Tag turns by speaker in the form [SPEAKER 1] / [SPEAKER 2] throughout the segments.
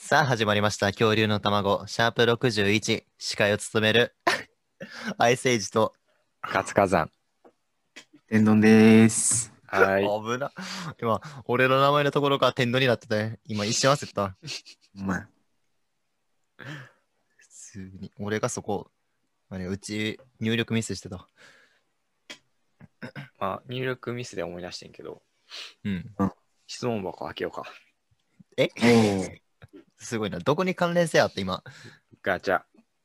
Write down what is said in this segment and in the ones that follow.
[SPEAKER 1] さあ始まりました。恐竜の卵、シャープ61、司会を務めるアイスエイジと、
[SPEAKER 2] 活火山。
[SPEAKER 3] 天丼でーす。
[SPEAKER 2] はい。
[SPEAKER 1] 危な。今、俺の名前のところが天丼になってて、今一瞬焦った。
[SPEAKER 3] お前。
[SPEAKER 1] 普通に。俺がそこ、うち入力ミスしてた。
[SPEAKER 2] まあ、入力ミスで思い出してんけど、
[SPEAKER 1] うん。
[SPEAKER 2] 質問箱開けようか。
[SPEAKER 1] え
[SPEAKER 3] おー。
[SPEAKER 1] すごいな。どこに関連性あって今。
[SPEAKER 2] ガチャ。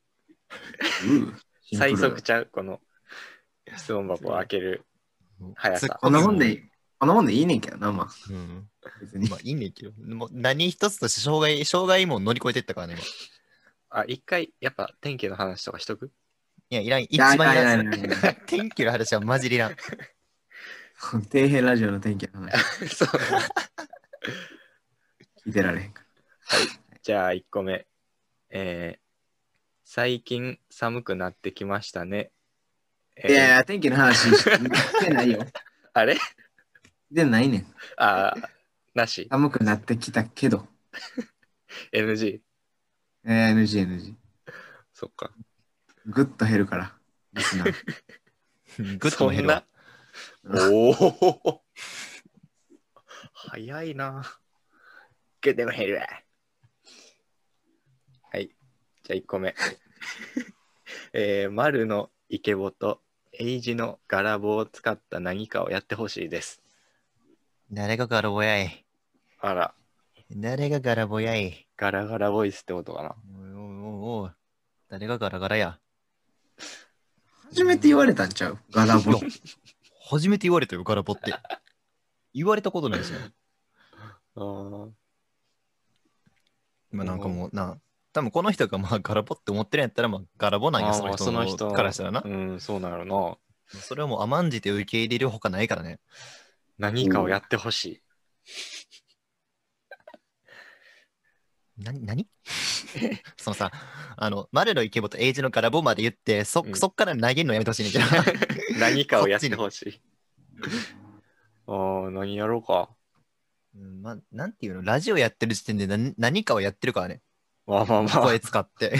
[SPEAKER 3] シンプル
[SPEAKER 2] 最速ちゃうこの質問箱を開ける速さ。
[SPEAKER 3] こんなもんでいい。こんなもんでいいねんけどな、まあ。
[SPEAKER 1] うん。
[SPEAKER 3] 別に
[SPEAKER 1] まあいいねんけど。もう何一つとして障害も乗り越えてったからね、今。
[SPEAKER 2] あ、一回、やっぱ天気の話とかしとく
[SPEAKER 1] いや、いらん。一
[SPEAKER 3] や
[SPEAKER 1] 番いらん。
[SPEAKER 3] いやいやいや
[SPEAKER 1] 天気の話はマジでいらん。
[SPEAKER 3] 底辺ラジオの天気の話
[SPEAKER 2] そう。
[SPEAKER 3] 聞いてられへんか
[SPEAKER 2] じゃあ、1個目。最近寒くなってきましたね。
[SPEAKER 3] ら。いやいや、天気の話してないよ。
[SPEAKER 2] あれ
[SPEAKER 3] でないねん。
[SPEAKER 2] あ、なし
[SPEAKER 3] 寒くなってきたけど。
[SPEAKER 2] NG。
[SPEAKER 3] NG。
[SPEAKER 2] そっか。
[SPEAKER 3] ぐっと減るから。リスナー。
[SPEAKER 1] グッとも減るわ。
[SPEAKER 2] おお早いな。グッでも減るわ。はい。じゃあ1個目。丸のイケボとエイジのガラボを使った何かをやってほしいです。
[SPEAKER 1] 誰がガラボやい。
[SPEAKER 2] あら、
[SPEAKER 1] 誰がガラボやい。
[SPEAKER 2] ガラガラボイスってことかな。
[SPEAKER 1] おいおいおいおい。誰がガラガラや。
[SPEAKER 3] 初めて言われたんちゃうガラボ。
[SPEAKER 1] いや初めて言われたよ、ガラボって。言われたことないしな。
[SPEAKER 2] あー
[SPEAKER 1] 今なんかもうな、多分この人がまあガラボって思ってるんやったら、まあガラボなんや、
[SPEAKER 2] あー、
[SPEAKER 1] その
[SPEAKER 2] その人
[SPEAKER 1] 人からしたらな。
[SPEAKER 2] うん、そうなるな。
[SPEAKER 1] それはもう甘んじて受け入れるほかないからね。
[SPEAKER 2] 何かをやってほしい。
[SPEAKER 1] 何そのさ、丸のイケボとエイジのガラボまで言って、
[SPEAKER 2] うん
[SPEAKER 1] そっから投げるのやめてほしいねんけど。
[SPEAKER 2] 何かをやってほしい。ああ、何やろうか。
[SPEAKER 1] うんまあ、なんていうの、ラジオやってる時点で何かをやってるからね。
[SPEAKER 2] まあまあまあ。
[SPEAKER 1] 声使って。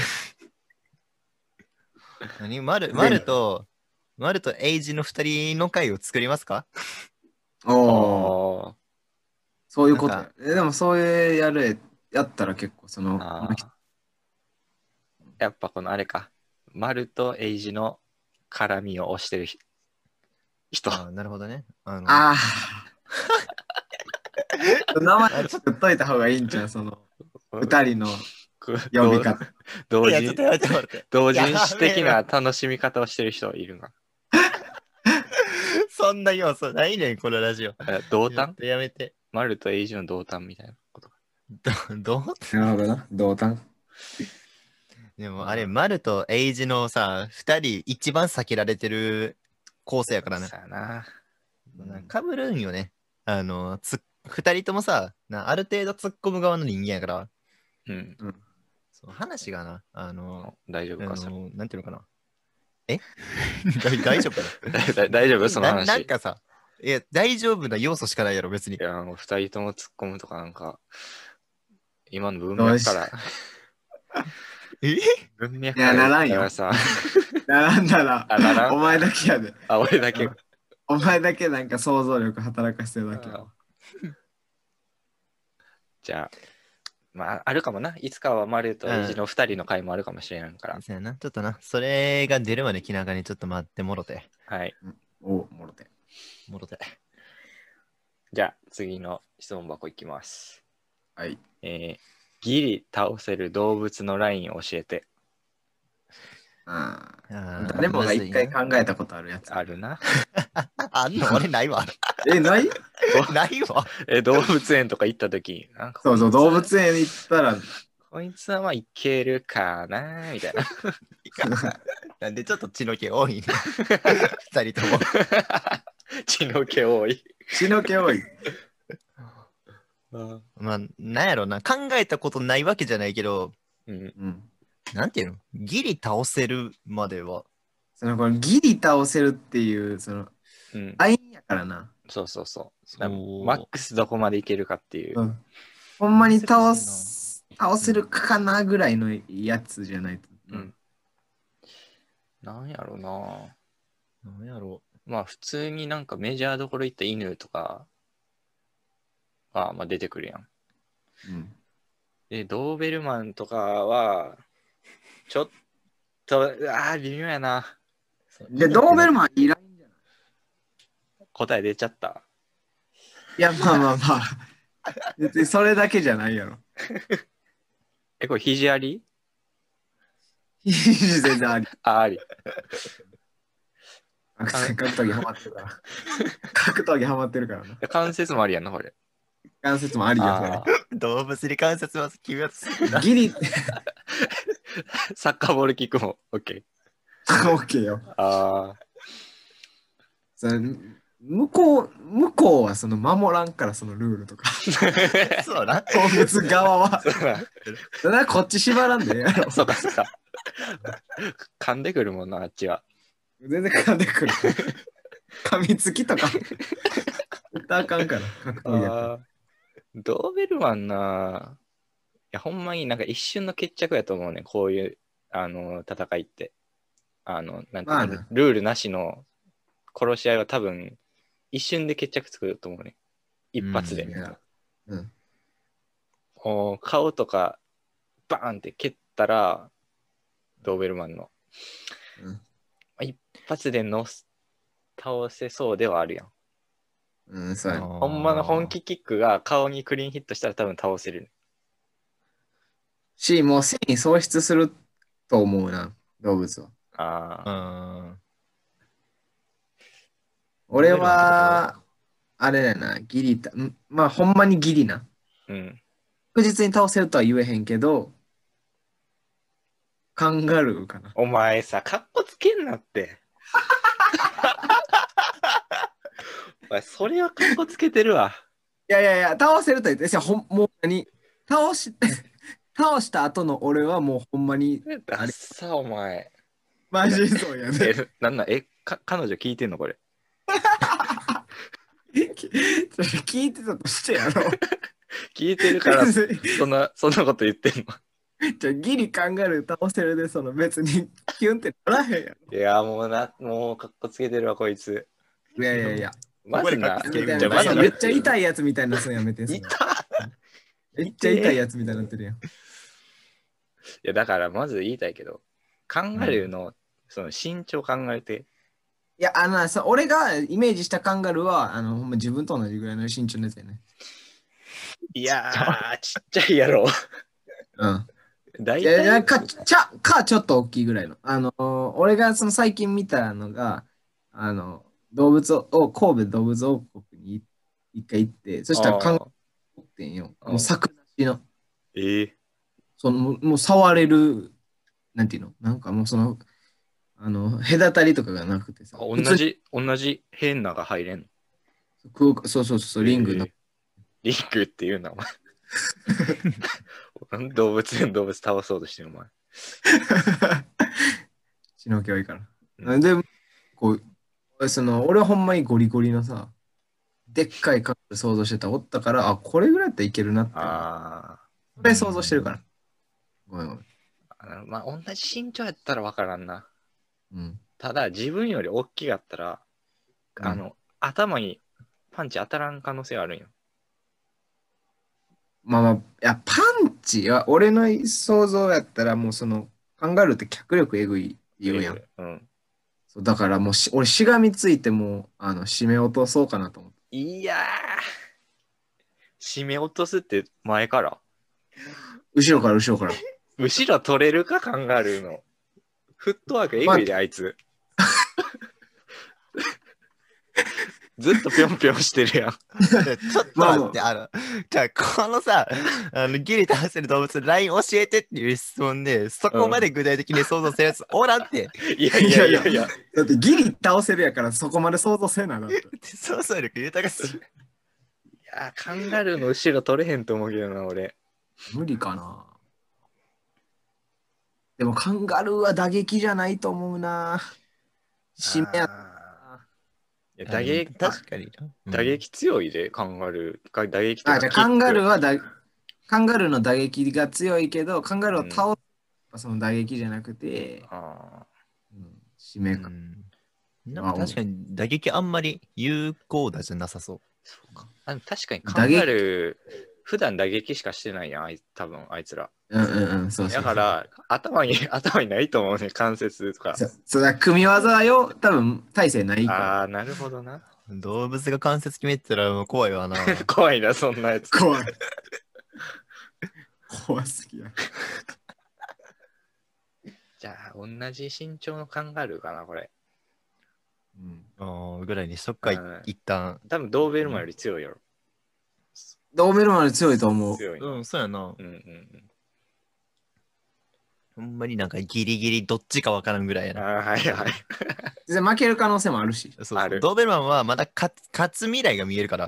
[SPEAKER 1] 丸とエイジの二人の回を作りますか？
[SPEAKER 3] おー。
[SPEAKER 2] あ
[SPEAKER 3] そういうこと
[SPEAKER 1] なん
[SPEAKER 3] や。でもそういうやったら結構その、
[SPEAKER 2] あー。やっぱこのあれか。丸とエイジの絡みを押してる人。
[SPEAKER 1] あなるほどね。
[SPEAKER 3] ああ。名前作っといた方がいいんちゃうその、二人の呼び方。
[SPEAKER 2] 同
[SPEAKER 1] いや、ちょっと
[SPEAKER 2] 人
[SPEAKER 1] やめてもらって。
[SPEAKER 2] 同人誌的な楽しみ方をしてる人いるが。
[SPEAKER 1] そんな要素ないねん、このラジオ。
[SPEAKER 2] 同担
[SPEAKER 1] やめて。
[SPEAKER 2] 丸とエイジの同担みたいなことか。
[SPEAKER 1] どう
[SPEAKER 3] なるほどな。同担。
[SPEAKER 1] でもあれ、丸とエイジのさ、二人一番避けられてる構成やからね。
[SPEAKER 2] そうやな。
[SPEAKER 1] かぶるんよね。二人ともさ、ある程度突っ込む側の人間やから、
[SPEAKER 2] うん。
[SPEAKER 1] そう話がな、
[SPEAKER 2] 大丈夫かそれ。
[SPEAKER 1] なんていうのかな。え大丈夫か
[SPEAKER 2] 大丈夫その
[SPEAKER 1] な
[SPEAKER 2] 話。
[SPEAKER 1] なんかさ、いや、大丈夫な要素しかないやろ、別に
[SPEAKER 2] い。や、二人とも突っ込むとかなんか、今の文脈から、
[SPEAKER 1] え
[SPEAKER 2] 文脈
[SPEAKER 3] いやならんよ
[SPEAKER 2] からさ、
[SPEAKER 3] なんだら、
[SPEAKER 2] あ、ならん
[SPEAKER 3] お前だけやで。
[SPEAKER 2] あ、俺だけ。
[SPEAKER 3] お前だけなんか想像力働かせてるだけや。
[SPEAKER 2] じゃあ、まあ、あるかもな。いつかはマリオとエイジの二人の回もあるかもしれんから。
[SPEAKER 1] そうやな、ちょっとな、それが出るまで気長にちょっと待ってもろて。
[SPEAKER 2] はい。
[SPEAKER 3] おもろて。
[SPEAKER 1] もろて。
[SPEAKER 2] じゃあ、次の質問箱いきます。
[SPEAKER 3] はい。
[SPEAKER 2] ギリ倒せる動物のラインを教えて。
[SPEAKER 3] 誰もが一回考えたことあるやつ。
[SPEAKER 2] あるな。
[SPEAKER 1] あんの俺ないわ。
[SPEAKER 3] ない
[SPEAKER 1] ないわ。
[SPEAKER 2] 動物園とか行った時なんか
[SPEAKER 3] そうそう、動物園行ったら、
[SPEAKER 2] こいつはまあいけるかなみたいな。
[SPEAKER 1] なんでちょっと血の気多いね。二人とも。
[SPEAKER 2] 血の気多い。
[SPEAKER 3] 血の気多い。
[SPEAKER 1] まあ、なんやろな。考えたことないわけじゃないけど、
[SPEAKER 2] うん。
[SPEAKER 1] なんていうのギリ倒せるまでは。
[SPEAKER 3] そのこれギリ倒せるっていう、その、
[SPEAKER 2] うん。
[SPEAKER 3] ラインやからな。
[SPEAKER 2] そうそうそう。
[SPEAKER 1] そう
[SPEAKER 2] マックスどこまでいけるかっていう。
[SPEAKER 3] ほんまに倒す倒せるかなぐらいのやつじゃないと。
[SPEAKER 2] うん。なんやろな。
[SPEAKER 1] なんやろ
[SPEAKER 2] まあ普通になんかメジャーどころ行った犬とかはまあ出てくるやん。
[SPEAKER 3] うん。
[SPEAKER 2] で、ドーベルマンとかは、ちょっと、微妙やな。
[SPEAKER 1] う。
[SPEAKER 3] で、ドーベルマンいらんじゃない？
[SPEAKER 2] 答え出ちゃった。
[SPEAKER 3] いや、まあまあまあ。別にそれだけじゃないやろ。
[SPEAKER 2] これ肘あり？
[SPEAKER 3] 全然あり。
[SPEAKER 2] あり。
[SPEAKER 3] 格闘技ハマってるから。格闘技ハマってるからな。
[SPEAKER 2] 関節もありやんな、これ。
[SPEAKER 3] 関節もありよ、それ。
[SPEAKER 2] あ
[SPEAKER 1] 動物に関節は気がつくな。
[SPEAKER 3] ギリ、
[SPEAKER 2] サッカーボールキックも OK。
[SPEAKER 3] オッケーよ。その向こうはその守らんから、そのルールとか。
[SPEAKER 1] そうな。
[SPEAKER 3] 動物側は。
[SPEAKER 2] そうだ
[SPEAKER 3] だからこっち縛らんでええやろ。
[SPEAKER 2] そうか、そうか。噛んでくるもんな、あっちは。
[SPEAKER 3] 全然噛んでくる。噛みつきとか。絶対あかんから、格闘技やったら。
[SPEAKER 2] ドーベルマンな。いや、ほんまになんか一瞬の決着やと思うね、こういう戦いって。なんていうの、
[SPEAKER 3] まあな
[SPEAKER 2] ルールなしの殺し合いは多分一瞬で決着つくと思うね。一発で。
[SPEAKER 3] いやうん。
[SPEAKER 2] こう顔とかバーンって蹴ったら、ドーベルマンの。
[SPEAKER 3] うん
[SPEAKER 2] 一発で倒せそうではあるやん。
[SPEAKER 3] うん、そうや。
[SPEAKER 2] ほんまの本気キックが顔にクリーンヒットしたら多分倒せる。
[SPEAKER 3] し、もう繊維喪失すると思うな、動物は。
[SPEAKER 2] ああ。
[SPEAKER 1] あ
[SPEAKER 3] 俺は、あれだよな、ギリまあ、ほんまにギリな。
[SPEAKER 2] うん。
[SPEAKER 3] 確実に倒せるとは言えへんけど、カンガルーかな。
[SPEAKER 2] お前さ、カッコつけんなって。お前、それはカッコつけてるわ。
[SPEAKER 3] いやいやいや、倒せると言って、もう倒した後の俺はもうほんまに、
[SPEAKER 2] ダッサ、お前。
[SPEAKER 3] マジそうやね。
[SPEAKER 2] 彼女聞いてんのこれ。
[SPEAKER 3] 聞いてたとしてやろ。
[SPEAKER 2] 聞いてるから、そんなこと言ってん
[SPEAKER 3] ギリカンガルー倒せるで、別にキュンってならへんやろ。
[SPEAKER 2] の。いや、もうカッコつけてるわ、こいつ。
[SPEAKER 3] いやいやいや。
[SPEAKER 2] まずな、
[SPEAKER 1] ここでカッコつける
[SPEAKER 2] じゃあまずな
[SPEAKER 3] めっちゃ痛いやつみたいになすんやめて。それめっちゃ痛いやつみたいになってるやん。
[SPEAKER 2] いや、だからまず言いたいけど、カンガルーのその身長考えて、
[SPEAKER 3] いや、俺がイメージしたカンガルーは、ほんま自分と同じぐらいの身長のやつやね。
[SPEAKER 2] いやー、ちっちゃいやろ。
[SPEAKER 3] うん。
[SPEAKER 2] 大
[SPEAKER 3] いやいや
[SPEAKER 2] 体、
[SPEAKER 3] ちょっと大きいぐらいの。俺が最近見たのが、動物を、神戸動物王国に一回行って、そしたらカンガルーおってんよ。もう柵なしの。もう触れる、なんていうのなんかもう隔たりとかがなくてさ。
[SPEAKER 2] 同じ変なが入れんの。
[SPEAKER 3] そう、リングの。
[SPEAKER 2] リングっていうの、お前。動物倒そうとしてる、お前。
[SPEAKER 3] 血の気多いから。
[SPEAKER 2] うん
[SPEAKER 3] で、俺はほんまにゴリゴリのさ、でっかいカンガルー想像してたおったから、これぐらいやったらいけるなって。
[SPEAKER 2] あ
[SPEAKER 3] これ想像してるから。ごめんごめん。
[SPEAKER 2] まあ、同じ身長やったら分からんな。
[SPEAKER 3] うん。
[SPEAKER 2] ただ、自分より大きかったら、頭にパンチ当たらん可能性あるんよ。
[SPEAKER 3] まあまあ、いや、パンチは、俺の想像やったら、もうカンガルーって脚力えぐいって言うやん。
[SPEAKER 2] うん。
[SPEAKER 3] そうだからもう俺しがみついても締め落とそうかなと思って。
[SPEAKER 2] いやー、締め落とすって前から
[SPEAKER 3] 後ろから。
[SPEAKER 2] 後ろ取れるか、カンガルーの。フットワークえぐいで、あいつ。ずっとぴょんぴょんしてるやん。
[SPEAKER 1] ちょっと待って、じゃあこのさ、ギリ倒せる動物のライン教えてっていう質問で、そこまで具体的に想像するやつおらんって。
[SPEAKER 2] いや。
[SPEAKER 3] だってギリ倒せるやからそこまで想像せなだって。
[SPEAKER 1] 想像力豊かする。
[SPEAKER 2] いや、カンガルーの後ろ取れへんと思うけどな、俺。
[SPEAKER 3] 無理かな。でもカンガルーは打撃じゃないと思うな。締めや。
[SPEAKER 2] いや打撃、
[SPEAKER 1] 確かに。
[SPEAKER 2] 打撃強いで、カンガルー。打撃
[SPEAKER 3] じゃあカンガルーはカンガルーの打撃が強いけど、カンガルーを倒す、その打撃じゃなくて、
[SPEAKER 2] あ
[SPEAKER 3] 使命感。
[SPEAKER 1] なんか確かに打撃あんまり有効打じゃなさそう。
[SPEAKER 2] そうか。確かにカンガルー、普段打撃しかしてないやん、多分あいつら。
[SPEAKER 3] そうそう。
[SPEAKER 2] だから頭にないと思うね、関節とか。
[SPEAKER 3] そうだ、組み技よ、多分体勢ないから。
[SPEAKER 2] ああ、なるほどな。
[SPEAKER 1] 動物が関節決めてたらもう怖いわな。
[SPEAKER 2] 怖いな、そんなやつ。
[SPEAKER 3] 怖い。怖すぎや。
[SPEAKER 2] じゃあ、同じ身長のカンガルーかな、これ。
[SPEAKER 1] ぐらいにしとくか、一旦。
[SPEAKER 2] 多分ドーベルマンより強いやろ。
[SPEAKER 3] ドーベルマンより強いと思う。
[SPEAKER 2] 強いな。
[SPEAKER 1] そうやな。
[SPEAKER 2] うんうんうん。
[SPEAKER 1] ほんまになんかギリギリどっちかわからんぐらいやな。
[SPEAKER 2] はいはい。
[SPEAKER 3] 全然負ける可能性もあるし。
[SPEAKER 1] そうドーベルマンはまだ勝つ未来が見えるから。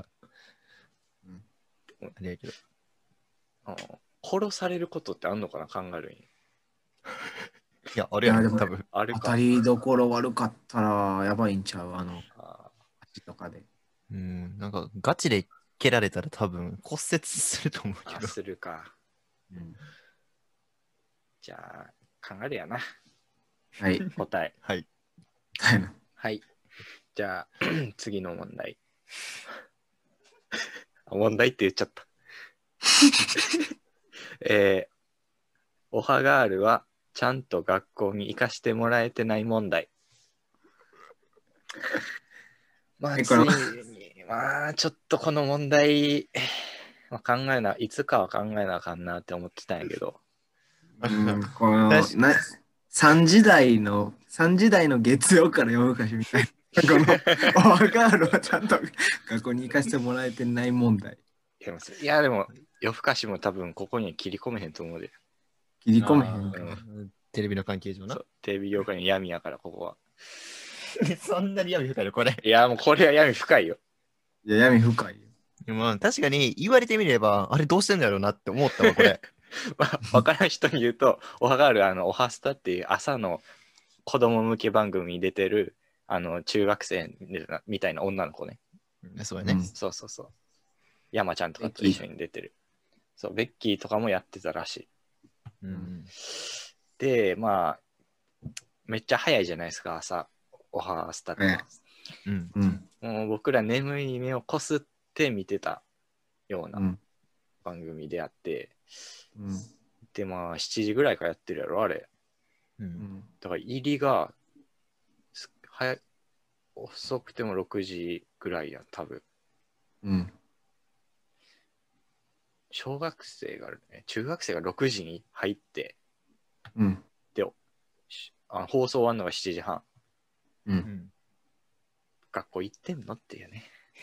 [SPEAKER 1] あれやけど。
[SPEAKER 2] 殺されることってあんのかな、カンガルーに。
[SPEAKER 1] いや、あれやろ、多分。
[SPEAKER 3] 当たりどころ悪かったらやばいんちゃう、足とかで。
[SPEAKER 1] なんかガチで蹴られたら多分骨折すると思うけど。
[SPEAKER 2] するか。じゃあ、カンガルーやな。
[SPEAKER 3] はい。
[SPEAKER 2] 答え。
[SPEAKER 1] はい。
[SPEAKER 2] はい。じゃあ、次の問題。問題って言っちゃった。オハガールはちゃんと学校に行かしてもらえてない問題。まあ、ついに、まあ、ちょっとこの問題、いつかは考えなあかんなって思ってたんやけど。
[SPEAKER 3] この3時台の月曜から夜更かしみたいな。このオハガールはちゃんと学校に行かせてもらえてない問題。
[SPEAKER 2] いや、でも、夜更かしも多分ここに切り込めへんと思うで。
[SPEAKER 3] 切り込めへんか。
[SPEAKER 1] テレビの関係上な。
[SPEAKER 2] テレビ業界の闇やから、ここは。
[SPEAKER 1] そんなに闇深いのこれ。
[SPEAKER 2] いや、もうこれは闇深いよ。
[SPEAKER 3] いや、闇深いよ。
[SPEAKER 1] でも確かに言われてみれば、あれどうしてんだろうなって思ったわ、これ。
[SPEAKER 2] 分からん人に言うと、オハガール、オハスタっていう朝の子供向け番組に出てる、中学生みたいな女の子ね。
[SPEAKER 1] そうやね。
[SPEAKER 2] そうそうそう。山ちゃんとかと一緒に出てる。そう、ベッキーとかもやってたらしい。で、まあ、めっちゃ早いじゃないですか、朝、オハスタって。もう僕ら眠い目をこすって見てたような番組であって、で、まあ、7時ぐらいからやってるやろ、あれ。だから入りが遅くても6時ぐらいや、多分。小学生がね、中学生が6時に入って、で、放送終わるのが7時半。学校行ってんのっていうね。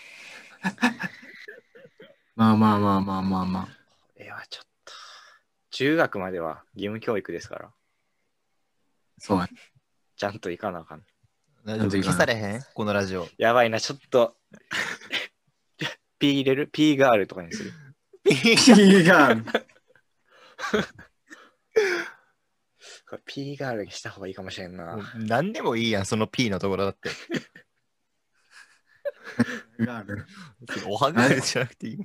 [SPEAKER 3] まあ。
[SPEAKER 2] これはちょっと。中学までは義務教育ですから。
[SPEAKER 3] そうや。
[SPEAKER 2] ちゃんと行かなあかん。
[SPEAKER 1] 消されへんこのラジオ。
[SPEAKER 2] やばいな、ちょっと。P 入れる ?P ガールとかにする。
[SPEAKER 3] P ガール。
[SPEAKER 2] P ガールにした方がいいかもしれんな。
[SPEAKER 1] 何でもいいやん、その P のところだって。
[SPEAKER 3] ガール。
[SPEAKER 1] おはガールじゃなくていい。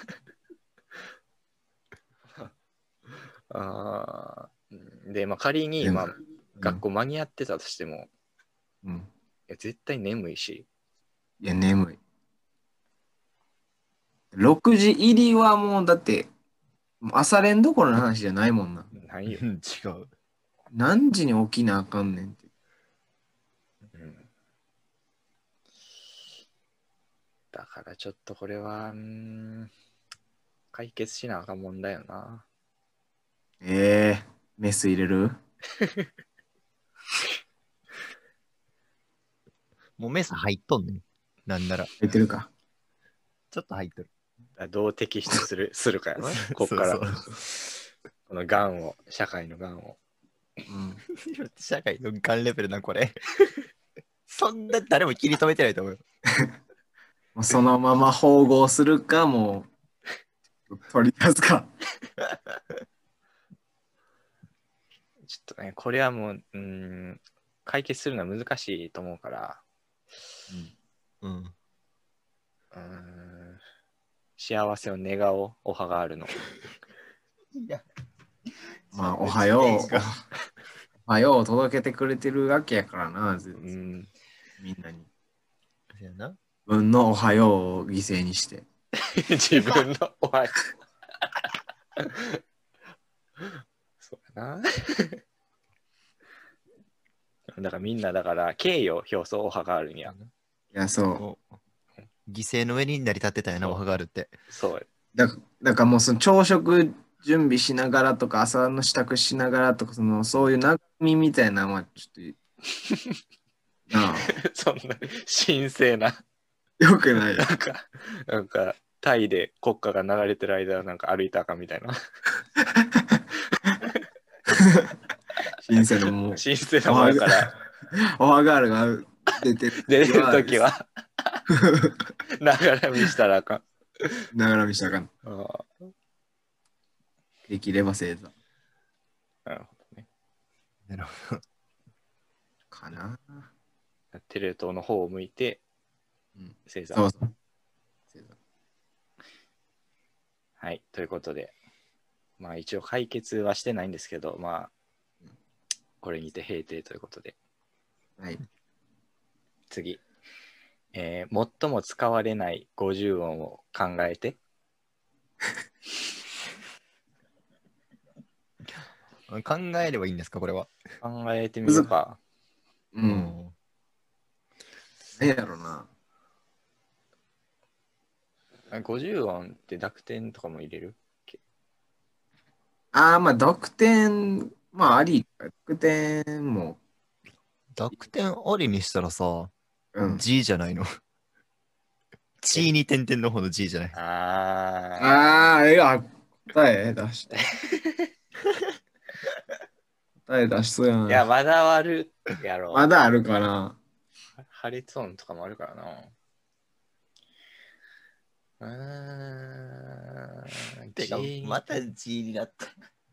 [SPEAKER 2] で、まあ、仮に、まあ、学校間に合ってたとしても、いや絶対眠いし。
[SPEAKER 3] いや、眠い。6時入りはもう、だって、朝練どころの話じゃないもんな。
[SPEAKER 2] ないよ。
[SPEAKER 1] 違う。
[SPEAKER 3] 何時に起きなあかんねんって。
[SPEAKER 2] だからちょっとこれは、解決しなあかん問題よな。
[SPEAKER 3] メス入れる
[SPEAKER 1] もうメス入っとんねん。なんなら。
[SPEAKER 3] 入ってるか。
[SPEAKER 1] ちょっと入っとる。
[SPEAKER 2] どう摘出するかやな。こっから。このガンを、社会のガンを。
[SPEAKER 1] 社会のガンレベルな、これ。そんな誰も切り止めてないと思う。
[SPEAKER 3] もうそのまま縫合するか、もう、取り出すか。
[SPEAKER 2] ちょっとね、これはもう、解決するのは難しいと思うから、幸せを願おう、オハガールの。
[SPEAKER 1] いや
[SPEAKER 3] まあ、おはよう。おはようを届けてくれてるわけやからな、みんなに。
[SPEAKER 1] そうやな。
[SPEAKER 3] 自分のおはようを犠牲にして。
[SPEAKER 2] 自分のおはよう。そうやな。だからみんなだから敬意を表すおはがあるんや。
[SPEAKER 3] いや、そう。
[SPEAKER 1] 犠牲の上に成り立ってたよな、おはがあるって。
[SPEAKER 2] そう。
[SPEAKER 3] だからもうその朝食準備しながらとか、朝の支度しながらとか、そういう中身みたいなのはちょっと、なあ。
[SPEAKER 2] そんな神聖な。
[SPEAKER 3] よくない。
[SPEAKER 2] なんか、タイで国歌が流れてる間、なんか歩いたかみたいな。
[SPEAKER 3] 神聖なもう。
[SPEAKER 2] 神聖なもんやから。
[SPEAKER 3] おはがあるが出て
[SPEAKER 2] るときは、ながら見したらあかん。
[SPEAKER 3] ながら見したらあかん。できれば正座。
[SPEAKER 2] なるほどね。
[SPEAKER 1] なるほど。
[SPEAKER 3] かな。
[SPEAKER 2] テレ東の方を向いて、正座。
[SPEAKER 3] そうそう。正座。
[SPEAKER 2] はい、ということで、まあ一応解決はしてないんですけど、まあ、これにて閉廷ということで。
[SPEAKER 3] はい。
[SPEAKER 2] 次。最も使われない50音を考えて。
[SPEAKER 1] 考えればいいんですか、これは。
[SPEAKER 2] 考えてみようか。
[SPEAKER 3] うん。何やろな。
[SPEAKER 2] 50音って濁点とかも入れる？
[SPEAKER 3] まあ濁点、まああり。濁点も。
[SPEAKER 1] 濁点ありにしたらさ、G じゃないの。G に点々の方の G じゃない。
[SPEAKER 3] 答え出して。答え出しそうやな。
[SPEAKER 2] いや、まだあるやろ。
[SPEAKER 3] まだあるかな。
[SPEAKER 2] 破裂音とかもあるからな。
[SPEAKER 1] てか、また G になった。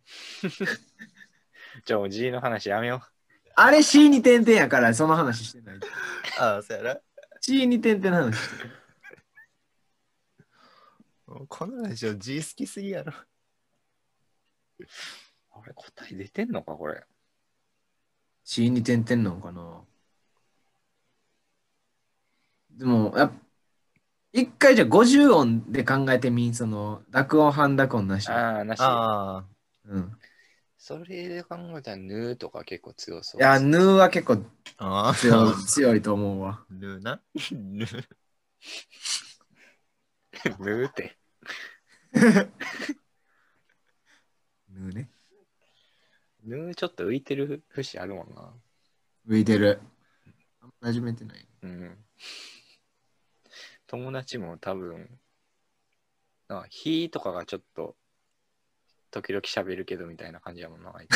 [SPEAKER 2] じゃあもう G の話やめよう。
[SPEAKER 3] あれ C に点々やからその話してない。
[SPEAKER 1] ああ、そうやな。
[SPEAKER 3] C に点々の話してる。
[SPEAKER 1] このラジオ G 好きすぎやろ。
[SPEAKER 2] あれ、答え出てんのか、これ。
[SPEAKER 3] C に点々なのかな。でも、一回じゃあ50音で考えてみん、濁音、半濁音なし。
[SPEAKER 2] なし。
[SPEAKER 3] うん。
[SPEAKER 2] それで考えたら、ぬーとか結構強そう。
[SPEAKER 3] いや、ぬーは結構強いと思うわ。
[SPEAKER 1] ぬーな。ぬー。
[SPEAKER 2] ぬーって。
[SPEAKER 3] ぬーね。
[SPEAKER 2] ぬーちょっと浮いてる節あるもんな。
[SPEAKER 3] 浮いてる。あんま馴染めてない。
[SPEAKER 2] うん。友達も多分、ひとかがちょっと、時々喋るけどみたいな感じやもんな、あいつ。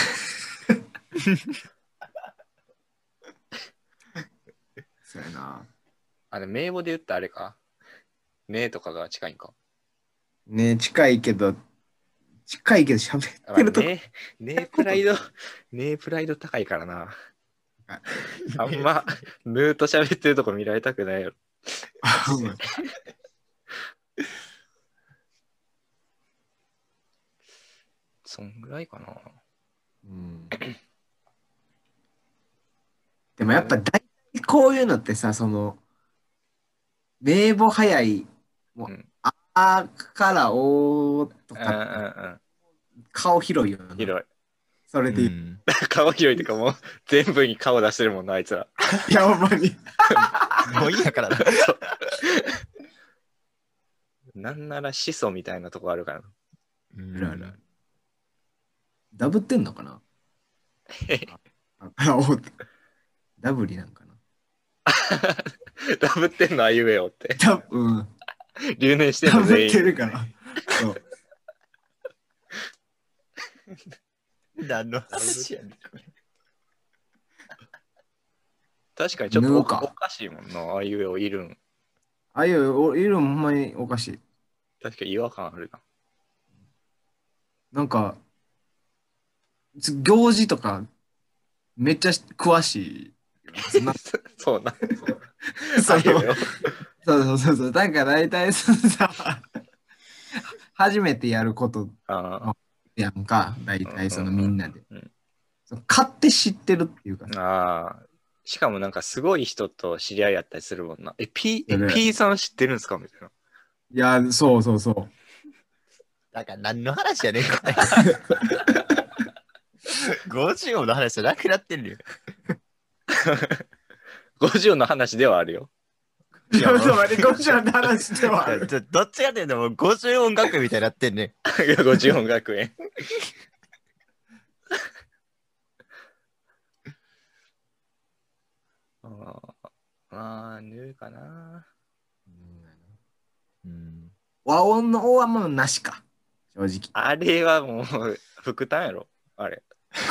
[SPEAKER 3] そうやな。
[SPEAKER 2] で名簿で言ったあれか。ねえとかが近いんか。
[SPEAKER 3] ねえ、近いけど喋ってると。
[SPEAKER 2] ねえプライド高いからな。あんま、ぬーと喋ってるとこ見られたくないよ。そんぐらいかな。
[SPEAKER 3] でもやっぱ大体こういうのってさ、名簿早い、もう、あからおとか、顔広いよな。
[SPEAKER 2] 広い。
[SPEAKER 3] それで言う。
[SPEAKER 2] 顔広いってかもう全部に顔出してるもんな、あいつら。
[SPEAKER 3] いや、ほんまに。
[SPEAKER 1] もういいやからな。
[SPEAKER 2] なんなら始祖みたいなとこあるから
[SPEAKER 3] な。ダブってんのかなダブリなんかな
[SPEAKER 2] ダブってんのあいうえよって。留年してんの全員。
[SPEAKER 3] ダブってるから。そう。
[SPEAKER 1] 何の話やねん。
[SPEAKER 2] 確かにちょっとおかしいもんな、あいうえおいるん。
[SPEAKER 3] あいうえおいるんほんまにおかしい。
[SPEAKER 2] 確かに違和感あるな。
[SPEAKER 3] なんか、行事とかめっちゃ詳しい。
[SPEAKER 2] そうな。
[SPEAKER 3] そう。なんか大体さ、初めてやることやんか、大体そのみんなで。
[SPEAKER 2] うん。
[SPEAKER 3] 買って知ってるっていうか。
[SPEAKER 2] ああ。しかもなんかすごい人と知り合いやったりするもんな。P
[SPEAKER 3] ね
[SPEAKER 2] さん知ってるんですかみたいな。
[SPEAKER 3] いや、そうそうそう。
[SPEAKER 1] だから何の話やねん、これ。50音の話じゃなくなってるよ。
[SPEAKER 2] 50の話ではあるよ。
[SPEAKER 3] ちょっと待って、50音の話ではある。
[SPEAKER 1] どっちかっていうともう50音学みたいになってんね。
[SPEAKER 2] いや、50音学園。ああ、ぬかな。
[SPEAKER 3] うん。和音の「お」はもうなしか。正直。
[SPEAKER 2] あれはもう、副担やろ。あれ。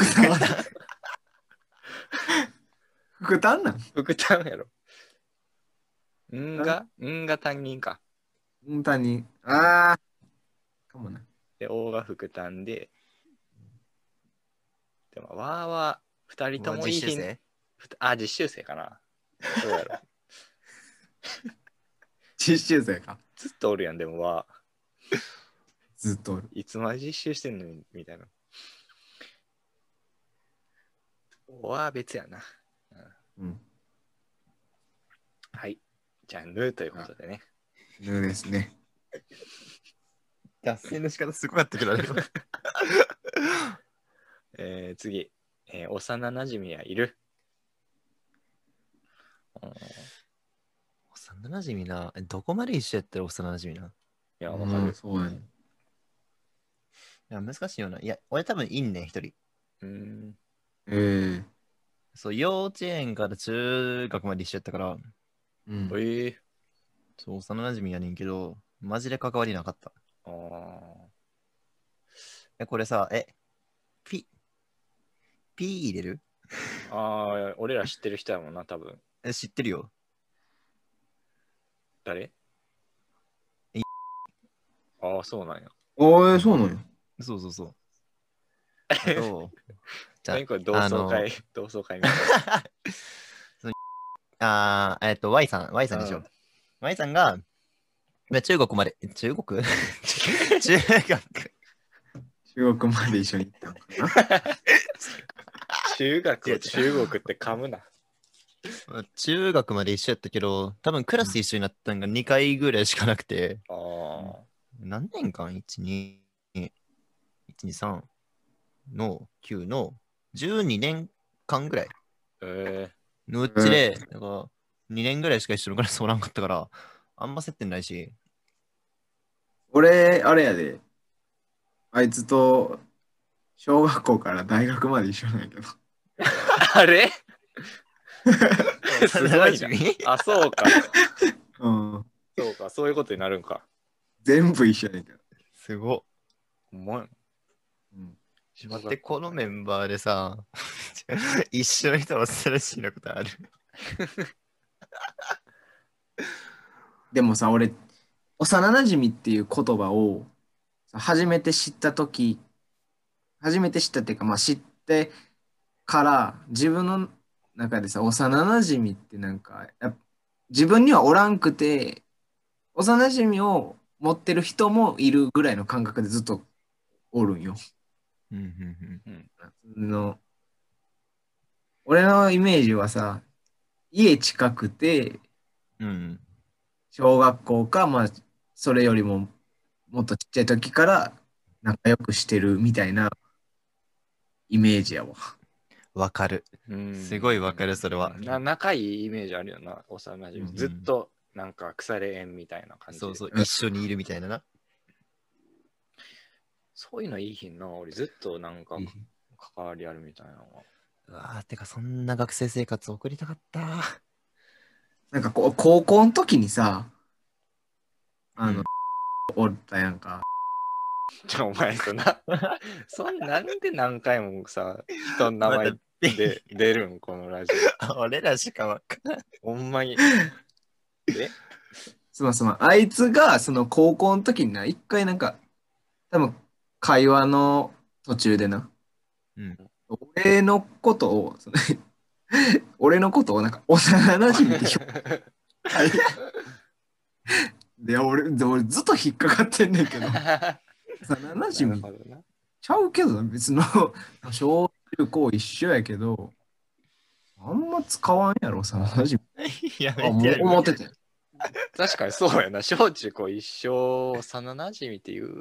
[SPEAKER 3] 副担なん
[SPEAKER 2] 副担やろ。んが担任か。
[SPEAKER 3] ん担任。ああ。かもな。
[SPEAKER 2] で、おが副担で。でも、わーは2人ともいい日。実習生かな。そうやろ。
[SPEAKER 3] 実習生か。
[SPEAKER 2] ずっとおるやん、でもわー。
[SPEAKER 3] ずっとおる。
[SPEAKER 2] いつまで実習してんのみたいな。おは別やな。
[SPEAKER 3] うん。
[SPEAKER 2] はい。じゃあ、ぬということでね。
[SPEAKER 3] ぬですね。
[SPEAKER 1] 脱線の仕方すごかったけどね。
[SPEAKER 2] 次、幼なじみはいる？
[SPEAKER 1] 幼なじみな。どこまで一緒やったら幼なじみな。
[SPEAKER 2] いや、わかる。
[SPEAKER 3] そうやね。
[SPEAKER 1] いや、難しいよな。いや、俺多分いんねん、一人。そう、幼稚園から中学まで一緒やったから、
[SPEAKER 3] うん。
[SPEAKER 1] そう、幼なじみやねんけど、マジで関わりなかった。これさ、ピ入れる？
[SPEAKER 2] ああ、俺ら知ってる人やもんな、多分。
[SPEAKER 1] 知ってるよ。
[SPEAKER 2] 誰？ああ、そうなんや。
[SPEAKER 3] そうなんや。
[SPEAKER 1] そうそうそう。あと、
[SPEAKER 2] じゃあ、これ同窓会みたい
[SPEAKER 1] な。Y さんでしょ。Y さんが、中国まで、中国
[SPEAKER 3] まで一緒に行ったのかな。
[SPEAKER 2] 中国って噛むな。
[SPEAKER 1] 中学まで一緒やったけど、多分クラス一緒になったのが2回ぐらいしかなくて、何年間 ?1、2、1、2、3の9の12年間ぐらいのうちで、だから2年ぐらいしか一緒のクラスおらんかったから、あんま接点ないし。
[SPEAKER 3] 俺、あれやで、あいつと小学校から大学まで一緒なんやけど。
[SPEAKER 2] あれすごいな。あ、そうか。そうか、そういうことになるんか。
[SPEAKER 3] 全部一緒やねんけど。
[SPEAKER 1] すごっ。
[SPEAKER 2] お前。
[SPEAKER 1] 待って、このメンバーでさ、一緒の人は新しいなことある。
[SPEAKER 3] でもさ、俺、幼なじみっていう言葉を初めて知ったっていうか、まあ知ってから自分の中でさ、幼なじみってなんか、自分にはおらんくて、幼なじみを持ってる人もいるぐらいの感覚でずっとおるんよ。俺のイメージはさ、家近くて、小学校か、まあ、それよりももっとちっちゃい時から仲良くしてるみたいなイメージやわ。
[SPEAKER 1] わかる。すごいわかる、それは。
[SPEAKER 2] 仲いいイメージあるよな、幼なじみ。ずっとなんか腐れ縁みたいな感じで。
[SPEAKER 1] そうそう、一緒にいるみたいなな。
[SPEAKER 2] そういうのいいひんな。俺ずっとなんか関わりあるみたいなのは。
[SPEAKER 1] うわー、てかそんな学生生活送りたかった。
[SPEAKER 3] なんか高校の時にさ、おったやんか。
[SPEAKER 2] お前そんなんで何回もさ、人の名前で出るんこのラジ
[SPEAKER 1] オ。俺らしかわかんない。
[SPEAKER 2] ほんまに。
[SPEAKER 3] すまん。あいつがその高校の時にな、一回なんか、多分会話の途中でな、俺のことをなんか幼なじみってで俺ずっと引っかかってんねんけど。幼なじみ。 ちゃうけど、別の小中高一緒やけど、あんま使わんやろ、幼馴染。
[SPEAKER 1] や
[SPEAKER 3] あ、もう
[SPEAKER 1] めてやる。
[SPEAKER 3] 思ってて。
[SPEAKER 2] 確かにそうやな。小中高一緒、幼馴染っていう、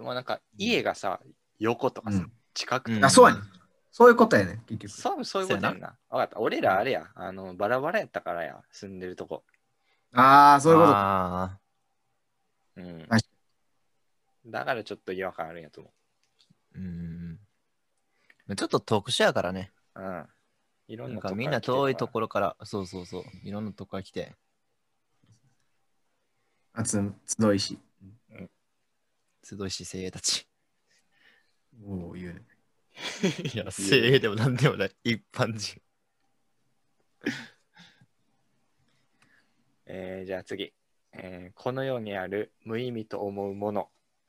[SPEAKER 2] まあなんか家がさ、横とかさ、
[SPEAKER 3] うん
[SPEAKER 2] 近くとか、
[SPEAKER 1] うん
[SPEAKER 3] あ、そうやねん。そういうことやねん、結局。
[SPEAKER 2] そういうことやんな。わかった。俺らあれや、バラバラやったからや、住んでるとこ。
[SPEAKER 3] ああ、そういうこと。
[SPEAKER 1] あ
[SPEAKER 2] うん。
[SPEAKER 3] 確か
[SPEAKER 2] だからちょっと違和感あるんやと思
[SPEAKER 1] ーちょっと特殊やからね。
[SPEAKER 2] う。うん。いろん
[SPEAKER 1] なん
[SPEAKER 2] なとこ
[SPEAKER 1] かみんな遠いところから、そうそうそう、いろんなとこから来て。
[SPEAKER 3] 集いし。
[SPEAKER 1] 集いし精鋭たち。
[SPEAKER 3] おお、言うね。
[SPEAKER 1] いや、精鋭でもなんでもない。一般人。
[SPEAKER 2] じゃあ次。この世にある無意味と思うもの。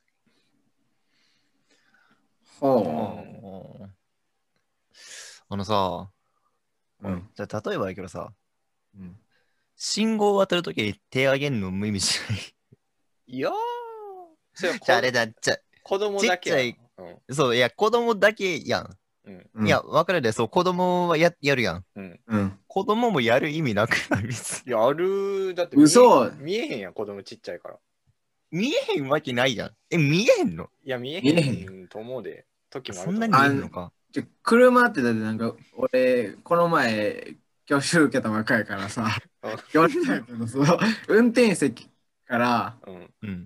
[SPEAKER 3] ほ
[SPEAKER 1] あのさ、
[SPEAKER 3] う。うん。
[SPEAKER 1] じゃあ例えばやけどさ、
[SPEAKER 3] うん。
[SPEAKER 1] 信号を渡るときに手上げんの無意味じゃない。
[SPEAKER 2] いやー、それは
[SPEAKER 1] じゃああれだ、
[SPEAKER 2] 子供だけや
[SPEAKER 1] ちっちそう、いや、子供だけやん。
[SPEAKER 3] うん
[SPEAKER 1] いや、わかるで、そう、子供はやるやん。
[SPEAKER 2] うん。
[SPEAKER 3] うん。
[SPEAKER 1] 子供もやる意味なくない別に
[SPEAKER 2] いや、ある、だって
[SPEAKER 3] 嘘
[SPEAKER 2] 見えへんやん、子供ちっちゃいから。
[SPEAKER 1] 見えへんわけないやん。見えへんの
[SPEAKER 2] いや、見え
[SPEAKER 3] 見えへ
[SPEAKER 2] へんと思うで。時もあると思う。
[SPEAKER 1] そんなに見えへんのか。
[SPEAKER 3] 車ってだってなんか、俺、この前、教習受けたばっかりからさ、教習だけど、運転席から
[SPEAKER 2] うん。
[SPEAKER 1] うん。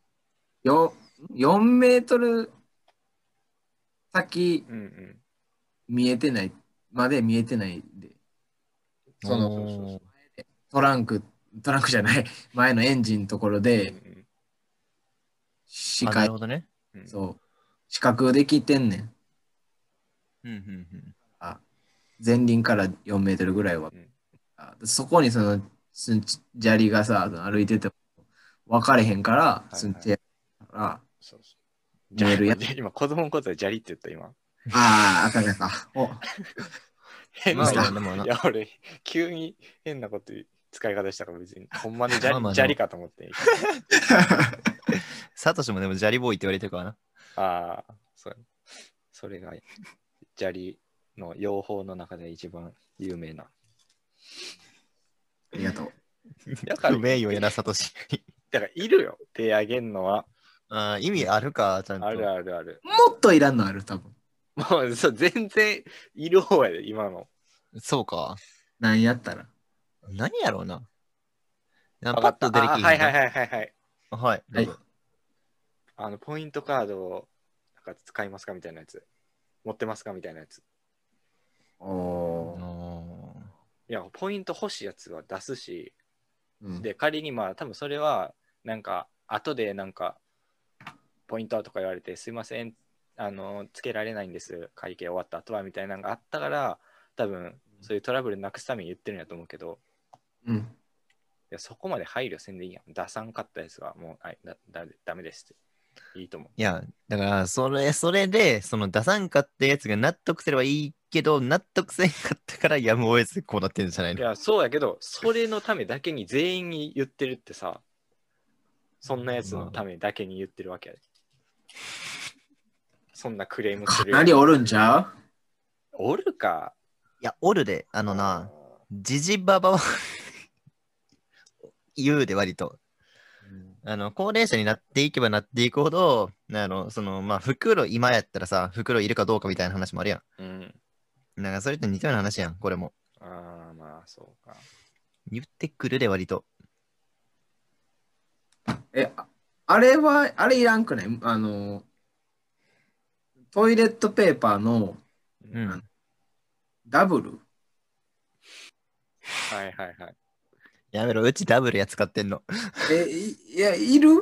[SPEAKER 3] 4メートル先
[SPEAKER 2] うんうん。
[SPEAKER 3] 見えてない、まで見えてないで、その
[SPEAKER 1] おー
[SPEAKER 3] トランクじゃない、前のエンジンのところ
[SPEAKER 2] うん
[SPEAKER 3] で、
[SPEAKER 2] うん
[SPEAKER 1] あ、な
[SPEAKER 3] 視界
[SPEAKER 1] る、ほどね。
[SPEAKER 2] うん
[SPEAKER 3] そう、視覚できてんねん。
[SPEAKER 1] うんうん
[SPEAKER 3] 前輪から4メートルぐらいは。
[SPEAKER 2] うん
[SPEAKER 3] そこに砂利がさ、歩いてても分かれへんから、
[SPEAKER 2] はい
[SPEAKER 3] その手から、
[SPEAKER 2] そうそう。じゃあ
[SPEAKER 3] 見えるやん
[SPEAKER 2] 今、子供のことで砂利って言った、今。
[SPEAKER 3] ああ、あかんあかん。
[SPEAKER 1] まあ
[SPEAKER 2] 変なや
[SPEAKER 1] まあでもな。
[SPEAKER 2] いや、俺、急に変なこと使い方したから別に、ほんまに
[SPEAKER 1] まあまあでも
[SPEAKER 2] 砂利かと思って。
[SPEAKER 1] サトシもでもジャリボーイって言われてるからな。
[SPEAKER 2] ああ、それが砂利の用法の中で一番有名な。
[SPEAKER 3] ありがとう。
[SPEAKER 2] だから、
[SPEAKER 1] 不名誉やな、サトシ。
[SPEAKER 2] だからいるよ、手あげんのは。
[SPEAKER 1] あー意味あるか、ちゃんと。
[SPEAKER 2] あるあるある。
[SPEAKER 3] もっといらんのある、多分。
[SPEAKER 2] もうそう全然いる方やで、今の。
[SPEAKER 1] そうか。
[SPEAKER 3] なんやったら。
[SPEAKER 1] 何やろうな。パッ
[SPEAKER 2] わかった。
[SPEAKER 1] と出てきていい
[SPEAKER 2] はいはいはいはいはい。
[SPEAKER 1] はい。どうぞ
[SPEAKER 2] ポイントカードをなんか使いますかみたいなやつ。持ってますかみたいなやつ。
[SPEAKER 3] おー。
[SPEAKER 1] お
[SPEAKER 2] いや、ポイント欲しいやつは出すし、
[SPEAKER 3] うん、
[SPEAKER 2] で、仮にまあ、多分それは、なんか、後でなんか、ポイントとか言われて、すいません、つけられないんです、会計終わった後は、みたいなのがあったから、多分、そういうトラブルなくすために言ってるんやと思うけど、
[SPEAKER 3] うん。
[SPEAKER 2] いやそこまで配慮せんでいいやん。出さんかったやつはもう、はい、ダメですって。いいと思う。
[SPEAKER 1] いや、だから、それで、その出さんかったやつが納得すればいいけど、納得せんかったからやむを得ずこうなってるんじゃないの。
[SPEAKER 2] いや、そうやけど、それのためだけに全員に言ってるってさ、そんなやつのためだけに言ってるわけやで。そんなクレームする。
[SPEAKER 3] 何おるんちゃう
[SPEAKER 2] おるか。
[SPEAKER 1] いや、おるで、ジジババは言うで割と。高齢者になっていけばなっていくほど、袋、今やったらさ、袋いるかどうかみたいな話もあるや
[SPEAKER 2] うん。
[SPEAKER 1] ん。なんかそれと似たような話やん、これも。
[SPEAKER 2] ああ、まあ、そうか。
[SPEAKER 1] 言ってくるで割と。
[SPEAKER 3] あれいらんくないトイレットペーパーの
[SPEAKER 1] うん。
[SPEAKER 3] ダブル
[SPEAKER 2] はいはいはい。
[SPEAKER 1] やめろ、うちダブルや使ってんの。
[SPEAKER 3] いや、いる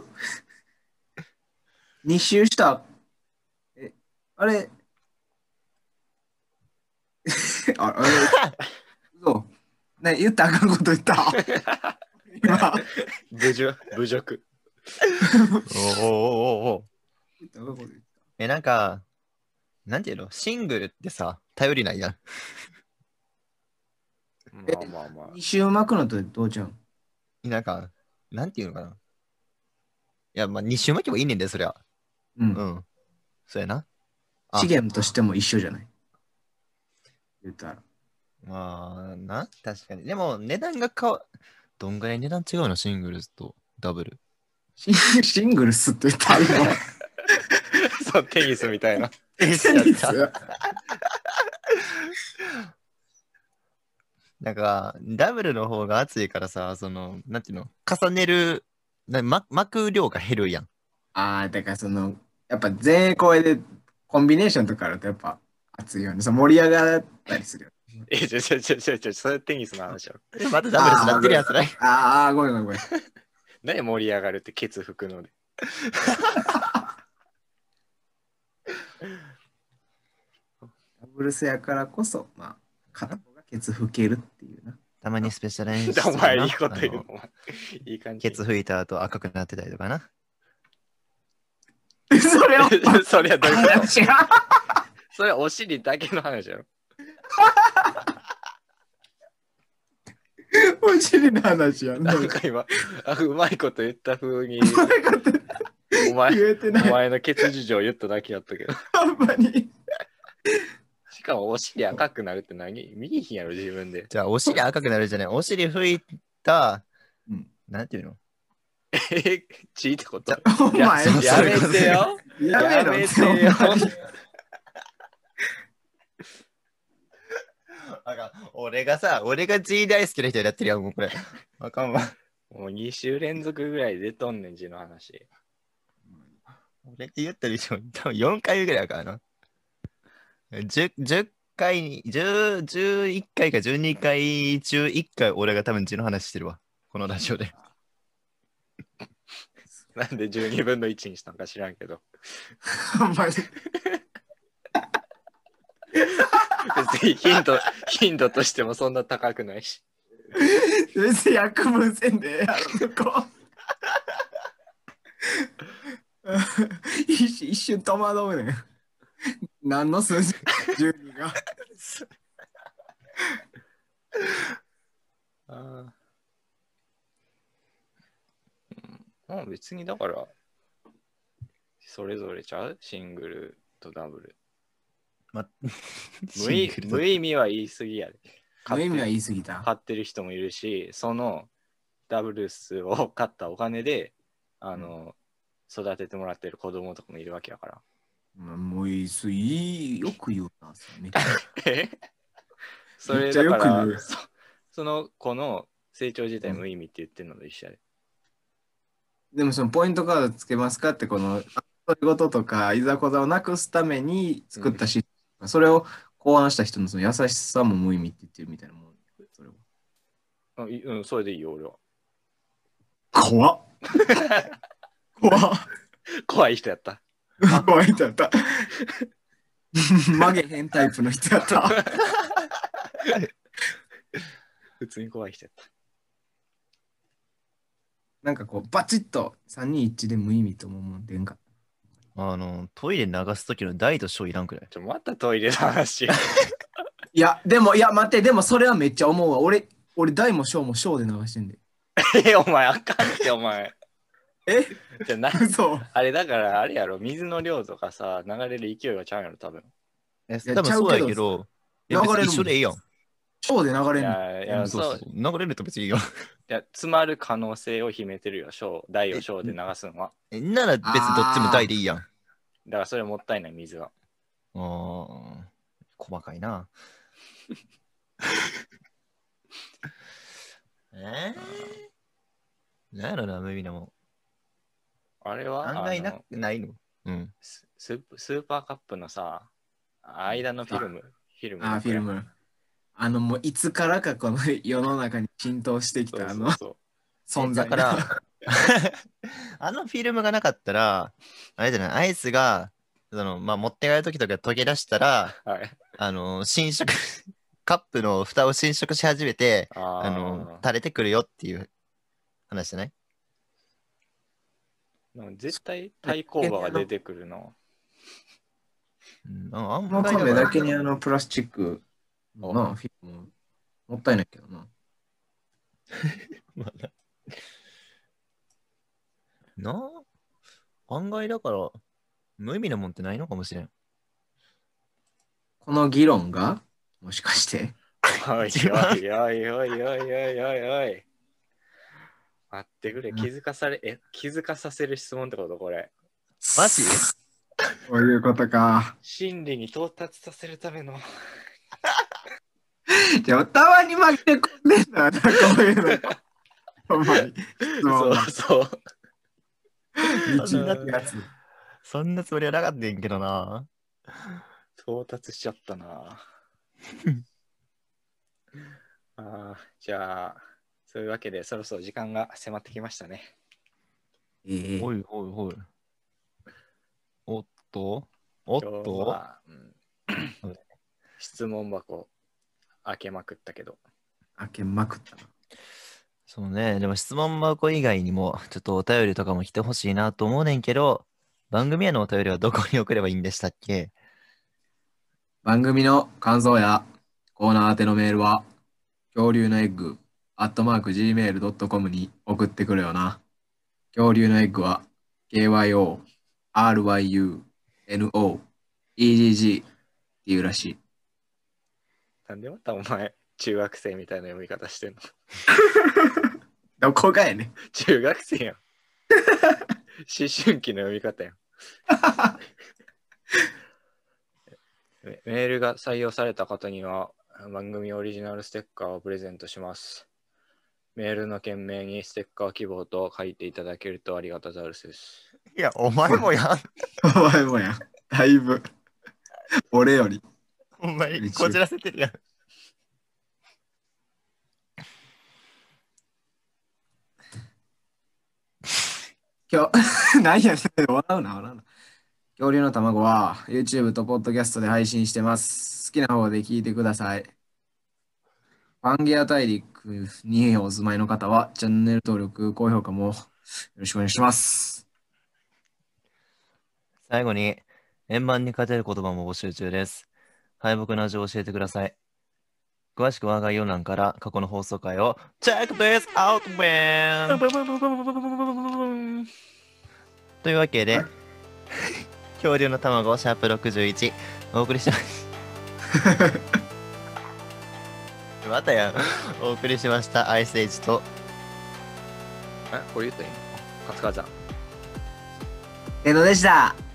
[SPEAKER 3] ?2 周した。あれあれそう。ね、言ったらあかんこと言った。今。
[SPEAKER 2] 侮辱。
[SPEAKER 1] お。
[SPEAKER 3] 言ったらあかんこと言っ
[SPEAKER 1] なんか、なんていうの、シングルってさ、頼りないやん。
[SPEAKER 2] まあまあまあ
[SPEAKER 3] た。2周巻くのとどうちゃうん
[SPEAKER 1] なんか、なんていうのかな。いや、まあ、2周巻けばいいねんで、そりゃ。
[SPEAKER 3] うん。
[SPEAKER 1] うん。そうやな。
[SPEAKER 3] 資源としても一緒じゃない言ったら。
[SPEAKER 1] まあな、確かに。でも値段がどんぐらい値段違うのシングルスとダブル。
[SPEAKER 3] シングルスって言ったら今
[SPEAKER 2] そう、テニスみたいな。
[SPEAKER 3] テニス
[SPEAKER 1] なんか、ダブルの方が熱いからさ、なんていうの、重ねる、巻く量が減るやん。
[SPEAKER 3] ああ、だからやっぱ全員声でコンビネーションとかあるとやっぱ熱いよね。盛り上がったりするよ。
[SPEAKER 2] それテニスの話やろ。
[SPEAKER 1] またダブルスなってるやつない。
[SPEAKER 3] ああ、ごめん。
[SPEAKER 2] 何盛り上がるってケツ吹くので。
[SPEAKER 3] ダブルスやからこそ、まあ、片方がケツ吹けるっていうな。
[SPEAKER 1] たまにスペシャル演出
[SPEAKER 2] お前いいこと言うの。いい感じ。
[SPEAKER 1] ケツ吹いた後赤くなってたりとかな。
[SPEAKER 3] それは
[SPEAKER 2] それはどういうことそれはお尻だけの話やろ。
[SPEAKER 3] お尻の話や
[SPEAKER 2] なんか今、うまいこと言った風に、お前のケツ事情言っただけやったけど。
[SPEAKER 3] ほんまに。
[SPEAKER 2] しかもお尻赤くなるって見えひんやろ、自分で。
[SPEAKER 1] じゃあお尻赤くなるじゃない。お尻吹いた、なんていうの
[SPEAKER 2] 血ってこと
[SPEAKER 3] お前
[SPEAKER 2] やめてよ。やめてよ。
[SPEAKER 1] 俺がG 大好きな人やってるやん、もうこれ。あかんわ。
[SPEAKER 2] もう2週連続ぐらい出とんねん、字の話。
[SPEAKER 1] 俺って言ったでしょ。多分4回ぐらいやからな。10回に、11回か12回中1回俺が多分字の話してるわ。このラジオで。
[SPEAKER 2] なんで12分の1にしたんか知らんけど。
[SPEAKER 3] ほんまに。
[SPEAKER 2] 別に頻度としてもそんな高くないし。
[SPEAKER 3] 別に約分線でやるこ一瞬戸惑うねん。何の数字 ?12 が。
[SPEAKER 2] もう別にだから、それぞれちゃうシングルとダブル。無意味は言い過ぎやで。
[SPEAKER 3] 無意味は言い過ぎた。
[SPEAKER 2] 買ってる人もいるし、そのダブルスを買ったお金で、育ててもらってる子供とかもいるわけやから。
[SPEAKER 3] もういいよく言うな。めっちゃ
[SPEAKER 2] それだからその子の成長自体無意味って言ってるのと一緒やで。
[SPEAKER 3] でもそのポイントカードつけますかってこのそういうこととかいざこざをなくすために作ったシステム、それを考案した人のその優しさも無意味って言ってるみたいなもん。それは
[SPEAKER 2] それでいいよ俺は。
[SPEAKER 3] 怖っ
[SPEAKER 2] 怖い人やった。
[SPEAKER 3] 怖い人やった。曲げへんタイプの人やった。
[SPEAKER 2] 普通に怖い人やった。
[SPEAKER 3] なんかこうバチッと3人一致で無意味とも思ってんか。
[SPEAKER 1] トイレ流す時の大と小いらんくらい。
[SPEAKER 2] またトイレの話。
[SPEAKER 3] いや待って、でもそれはめっちゃ思うわ。俺大も小も小で流してんで。
[SPEAKER 2] お前あかんってお前。じゃな
[SPEAKER 3] そう
[SPEAKER 2] あれだからあれやろ、水の量とかさ流れる勢いがちゃうやろ多分。
[SPEAKER 1] 多分そうやけど、流れる一緒でいいやん。
[SPEAKER 3] 小で流れる。
[SPEAKER 2] いや
[SPEAKER 1] そう流れると別にいいよ。
[SPEAKER 2] いや詰まる可能性を秘めてるよ、大を小で流すのは。
[SPEAKER 1] なら別にどっちも大でいいやん。
[SPEAKER 2] だからそれもったいない水は。
[SPEAKER 1] 細かいな。なんやろな、無意味なもん。
[SPEAKER 2] あれは
[SPEAKER 1] 案外ないの、
[SPEAKER 2] スーパーカップのさ、間のフィルム。
[SPEAKER 3] フィルム。もういつからかこの世の中に浸透してきた存在
[SPEAKER 1] だからフィルムがなかったらあれじゃない、アイスが持って帰る時とか溶け出したら、
[SPEAKER 2] はい、
[SPEAKER 1] 浸食カップの蓋を浸食し始めて垂れてくるよっていう話じゃない？
[SPEAKER 2] 絶対対抗馬が出てくるの。
[SPEAKER 3] あんまり亀だけにプラスチックのフィルムもったいないけどな。
[SPEAKER 1] 案外だから無意味なもんってないのかもしれん。
[SPEAKER 3] この議論が、もしかして。
[SPEAKER 2] おいおいおいおいおいおいおいおい。待ってくれ、気づかさせる質問ってことこれ。
[SPEAKER 1] マジ？
[SPEAKER 3] そういうことか。
[SPEAKER 2] 真理に到達させるための。
[SPEAKER 3] じゃあ、たまに負け込んでんだよな、こういうの。ほんまに。
[SPEAKER 2] そうそう。
[SPEAKER 1] そんなつもりはなかったんけどな。
[SPEAKER 2] 到達しちゃったな。じゃあ、そういうわけでそろそろ時間が迫ってきましたね。
[SPEAKER 1] おいおいおい。おっと
[SPEAKER 2] 質問箱開けまくったけど。
[SPEAKER 3] 開けまくったな。
[SPEAKER 1] そうね、でも質問箱以外にもちょっとお便りとかも来てほしいなと思うねんけど、番組へのお便りはどこに送ればいいんでしたっけ？
[SPEAKER 3] 番組の感想やコーナー宛てのメールは恐竜のエッグ@gmail.com に送ってくれよな。恐竜のエッグは KYORYUNOEGG っていうらしい。
[SPEAKER 2] なんでまたお前中学生みたいな読み方してんの？
[SPEAKER 3] どこがやねん。
[SPEAKER 2] 中学生やん。思春期の読み方やん。メールが採用された方には番組オリジナルステッカーをプレゼントします。メールの件名にステッカー希望と書いていただけるとありがたざるです。
[SPEAKER 1] いや、お前もやん。
[SPEAKER 3] お前もやん。だいぶ。俺より。
[SPEAKER 1] お前、こじらせてるやん。
[SPEAKER 3] 今日、何やねん。笑うな。恐竜の卵は YouTube と Podcast で配信してます。好きな方で聞いてください。パンゲア大陸にお住まいの方はチャンネル登録、高評価もよろしくお願いします。
[SPEAKER 1] 最後に、円満に勝てる言葉も募集中です。敗北の味を教えてください。詳しくは概要欄から過去の放送回をチェックですアウトベンというわけで、恐竜の卵シャープ61お送りしましたまたやんお送りしましたアイスエイジと
[SPEAKER 2] これ言ったらいいの？カツカザン
[SPEAKER 3] でした。